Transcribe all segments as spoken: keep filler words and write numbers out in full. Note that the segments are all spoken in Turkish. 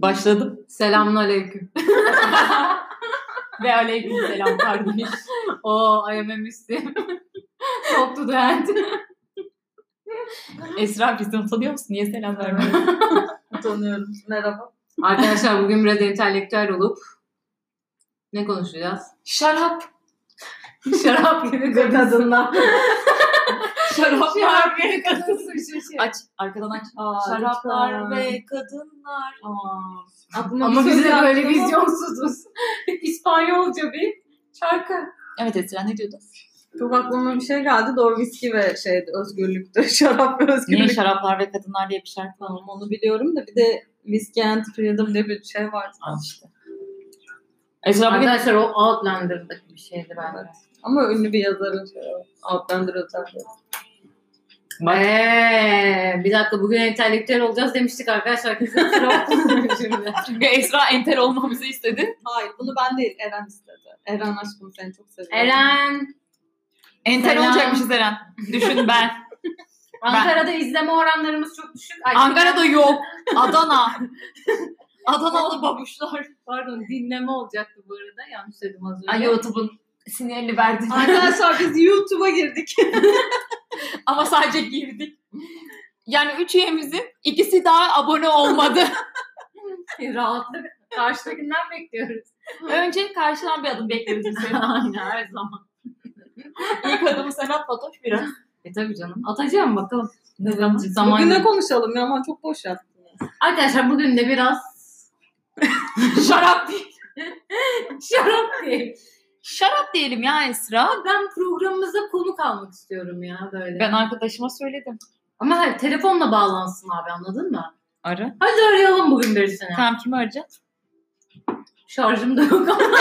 Başladım. Selamünaleyküm. Ve aleyküm selam kardeş. O I am a Muslim. Talk to the hand. Esra bizden utanıyor musun? Niye selam vermiyorsun? Utanıyorum. Merhaba. Arkadaşlar bugün biraz entelektüel olup ne konuşacağız? Şarap. Şarap gibi kadınlar. Şaraplar Şarap ve gibi kadın kadınlar. suçu. Aç. Arkadan aç. Aa, Şaraplar lütfen. ve kadınlar. Aa, aklıma Ama bir biz şey de böyle geldi ama- vizyonsuzuz. İspanyolca bir şarkı. Evet Esra ne diyordun? Çok aklıma bir şey geldi. Doğru viski ve şeydi, özgürlüktü. Şarap ve özgürlük. Niye şaraplar ve kadınlar diye bir şarkı var? Tamam, onu biliyorum da bir de Whiskey and Freedom diye bir şey var. Al işte. Esra bugün... Arkadaşlar o Outlander'daki bir şeydi bence. Evet. Ama ünlü bir yazarın şey var. Outlander özellikle. Eee bir dakika bugün entelektüel olacağız demiştik arkadaşlar. Kesin sıra şimdi. Çünkü Esra entel olmamızı istedi. Hayır, bunu ben değil, Eren istedi. Eren aşkım seni çok seviyorum. Eren. Entel Selam. olacakmışız Eren. Düşün ben. Ankara'da izleme oranlarımız çok düşük. Ay, Ankara'da yok. Adana. Adanalı babuşlar. Pardon dinleme olacaktı bu arada. Yanlış söyledim az önce. Ay YouTube'un sinirini verdi. Arkadaşlar biz YouTube'a girdik. Ama sadece girdik. Yani üç üyemizin ikisi daha abone olmadı. Rahatlık. Karşıdakinden bekliyoruz. Önce karşıdan bir adım bekleriz seni. Aynen her zaman. İlk adımı sen at Fatoş biraz. E tabii canım. Atacağım bakalım. Ne zaman? Zaman Bugün ne yok. konuşalım ya, ama çok boş yaptın. Arkadaşlar bugün de biraz Şarap değil. şarap değil. Şarap diyelim ya Esra. Ama ben programımıza konuk almak istiyorum ya böyle. Ben arkadaşıma söyledim. Ama hayır telefonla bağlansın abi anladın mı? Ara. Hadi arayalım bugün birisini. Tamam kimi arayacağız? Şarjım da yok ama.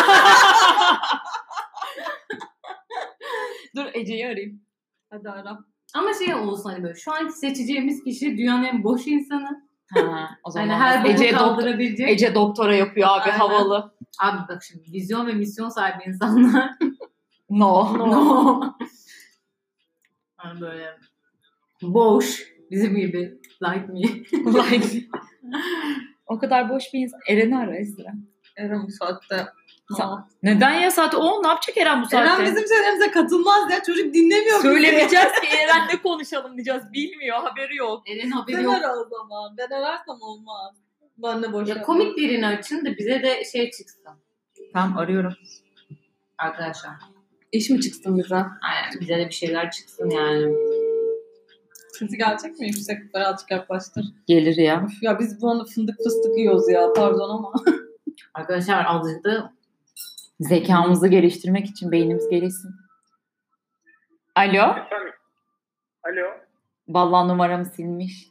Dur Ece'yi arayayım. Hadi ara. Ama şey olsun hani böyle şu anki seçeceğimiz kişi dünyanın en boş insanı. Ha, o zaman. Hani her boku Ece, doktor, kaldırabilecek. Ece doktora yapıyor abi Aynen. havalı. Abi bak şimdi vizyon ve misyon sahibi insanlar. No. No. Hani böyle boş. Bizim gibi. Like me. Like. O kadar boş bir insan. Eren'i ara Esra. Eren bu saatte. Sa- Aa. Neden ya saat on? Ne yapacak Eren bu saatte? Eren bizim şeylerimize katılmaz ya. Çocuk dinlemiyor bizi. Söylemeyeceğiz ki Eren'le konuşalım diyeceğiz. Bilmiyor, haberi yok. Eren haberi Sen yok. ara o zaman. Ben ararsam olmaz. Ben de boş Ya yapmam. komik birini açın da bize de şey çıksın. Tamam arıyorum. Arkadaşlar. İş mi çıksın bize? Aynen bize de bir şeyler çıksın yani. Sesi gelecek mi? Yüksek birazcık yaklaştır. Gelir ya. Üf ya biz bu anda fındık fıstık yiyoruz ya. Pardon ama. Arkadaşlar azıcık da Zekamızı geliştirmek için beynimiz gelişsin. Alo. Efendim? Alo. Vallahi numaramı silmiş.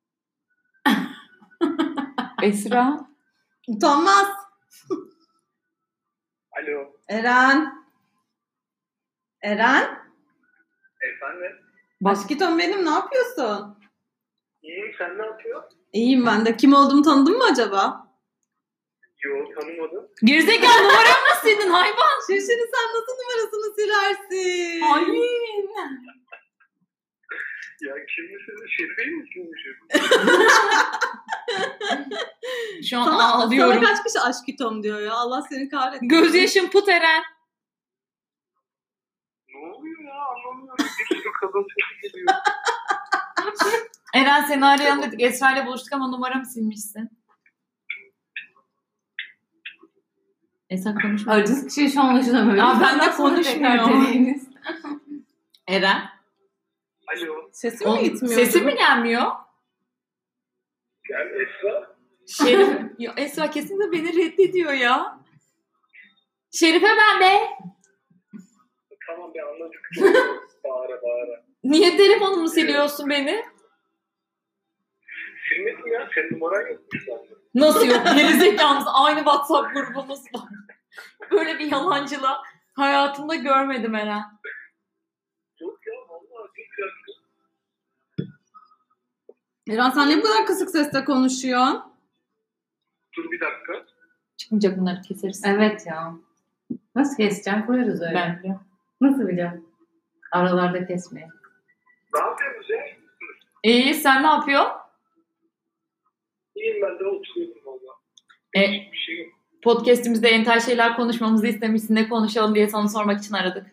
Esra. Utanmaz. Alo. Eren. Eren. Efendim? Başkitom benim. Ne yapıyorsun? İyiyim, sen ne yapıyorsun? İyiyim ben de. Kim olduğumu tanıdın mı acaba? Yo, tanımadım. Gerizekalı numaramı mı sildin hayvan? Şaşırın, sen nasıl numarasını silersin? Hain. Ya kim misiniz? Şerife'yi mi silmişim? Şu an Sana, ağlıyorum. sana kaç kişi aşkitom diyor ya. Allah seni kahretsin. Gözyaşım put Eren. Ne oluyor ya? Anlamıyorum. Bir sürü kadın sesi geliyor. Eren seni arayalım dedik. Esra ile buluştuk ama numaramı silmişsin. Esra konuşma. aradığınız kişiye şu an anlaşılamıyor. Ya ben de Lütfen sonra tekrar konuşmuyor. deneyiniz. Eren. Alo. Sesim O, mi gitmiyor? sesi mi gelmiyor? Gel Esra. Şerif. Ya Esra kesinlikle beni reddediyor ya. Şerife ben be. Tamam be, anladık. Bağıra bağıra. Niye telefonumu siliyorsun beni? Silmedim ya. Senin numaran yokmuş bende. Nasıl yok? Gerizekamız aynı WhatsApp grubumuz var. Böyle bir yalancılığa hayatımda görmedim Eren. Yok ya. Vallahi hiç yok. Eren sen ne bu kadar kısık sesle konuşuyorsun? Dur bir dakika. Çıkmayacak bunları keseriz. Evet ya. Nasıl keseceğim? Koyarız öyle. Ben biliyorum. Nasıl bileceğim? Aralarda kesmeyin. Ne yapıyorsunuz ya? İyi sen ne yapıyorsun? İyiyim, ben de oturuyorum valla. E, Hiçbir şey yok. podcast'imizde entel şeyler konuşmamızı istemişsin. Ne konuşalım diye sana sormak için aradık.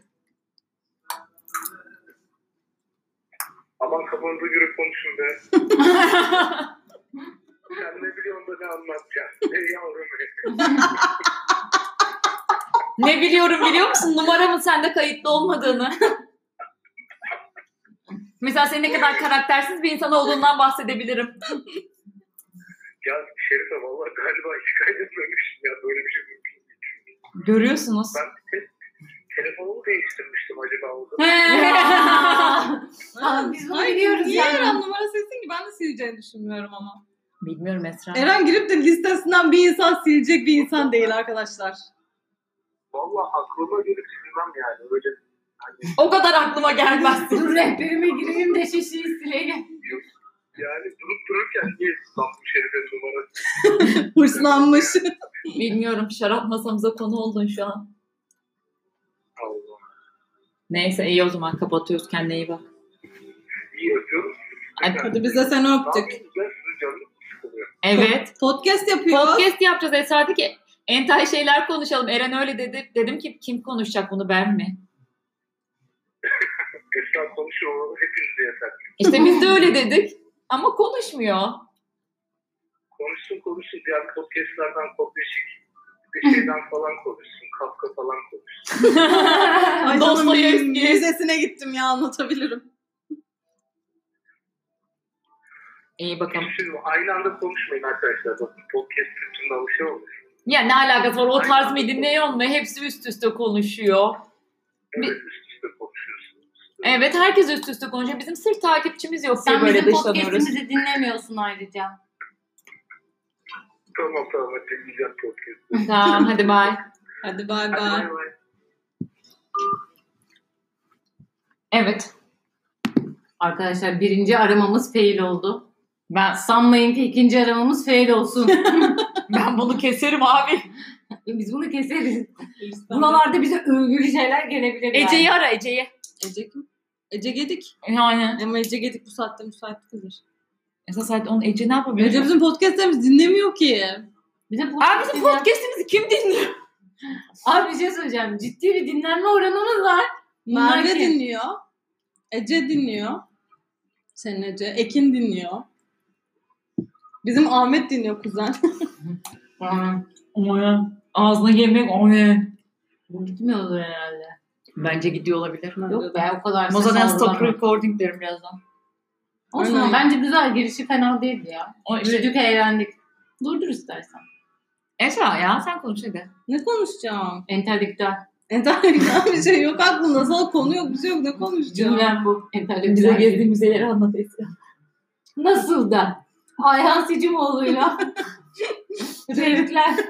Aman kafanıza göre konuşun be. Sen ne biliyorsun da ne anlatacaksın? Ey yavrum ey. Ne biliyorum biliyor musun? Numaramın sende kayıtlı olmadığını. Mesela senin ne kadar karaktersiz bir insan olduğundan bahsedebilirim. Ya Şerife vallahi galiba hiç kaydetmemiştim ya. Böyle bir şey mümkün değil. Görüyorsunuz. Ben te- telefonumu değiştirmiştim acaba o zaman. Aa, biz bunu Hayır, biliyoruz niye yani. Eren numara silsin ki? Ben de sileceğini düşünmüyorum ama. Bilmiyorum Esra. Eren girip de listesinden bir insan silecek bir insan değil arkadaşlar. Vallahi aklıma gelip silmem yani. Öyle hani O kadar aklıma gelmez. Dur rehberime gireyim de şişeyi sileyim. yani durup dururken niye lan bu Şerife'nin numarası? Hırslanmış. Bilmiyorum. Şarap masamıza konu oldun şu an. Allah. Neyse iyi o zaman kapatıyoruz. Kendine iyi bak. İyi öpüyorum. Hadi, Hadi bize seni Ne öptük. yapayım ben sizin canınız sıkılıyor. Evet. Podcast yapıyoruz. Podcast yapacağız. Esra dedi ki entel şeyler konuşalım. Eren öyle dedi. Dedim ki kim konuşacak bunu, ben mi? Esra konuşuyor onu hepinize yeter. İşte biz de öyle dedik. Ama konuşmuyor. Konuşsun konuşsun diğer podcastlardan kopyaşık. Bir şeyden falan konuşsun. Kafka falan konuşsun. Ay canım, Dostoyevski. müzesine gittim ya, anlatabilirim. İyi bakalım. Şimdi aynı anda konuşmayın arkadaşlar. Bakın podcast kültüründe bir şey olmuş. Ya ne alakası var? O tarz mı dinliyor mu? Hepsi üst üste konuşuyor. Evet üst üste konuşuyorsunuz. Evet herkes üst üste konuşuyor. Bizim sırf takipçimiz yok diye Sen böyle bizim dışlanıyoruz. podcast'imizi dinlemiyorsun ayrıca. Tamam tamam hadi dinleyeceğim podcast'ı. Tamam hadi bye. Hadi bay Hadi bay. bay bay. Evet. Arkadaşlar birinci aramamız fail oldu. Ben Sanmayın ki ikinci aramamız fail olsun. ben bunu keserim abi. Biz bunu keseriz. Buralarda bize övgülü şeyler gelebilir yani. Ece'yi ara Ece'yi. Ece kim? Ece Gedik. Yani. Ama Ece Gedik bu saatte müsait kızır. Esas saat onu Ece ne yapabilir? Ece bizim podcastlerimizi dinlemiyor ki. Bize Abi podcast bizim dinleyen- podcast'imizi kim dinliyor? Abi bir şey söyleyeceğim. Ciddi bir dinlenme oranımız var. Bunlar Merve kim? dinliyor. Ece dinliyor. Senin Ece. Ekin dinliyor. Bizim Ahmet dinliyor kuzen. Ama ya. Ağzına yemek o ne? Bu gitmiyordur herhalde. Bence gidiyor olabilir. Yok be o kadar. O zaman ses stop algılama. recording derim birazdan. Olsun Aynen. bence güzel. Girişi fena değildi ya. O işte, Güldük eğlendik. Durdur istersen. Esra ya sen konuş hadi. Ne konuşacağım? Entelektüel. Entelektüel bir şey yok aklımda. Sana konu yok, bir şey yok. Ne konuşacağım? Cümlem bu. Entelektüel. Bize gezdiğimiz yerleri anlat Esra. Nasıl da? Ayhan Sicimoğlu'yla. Relikler.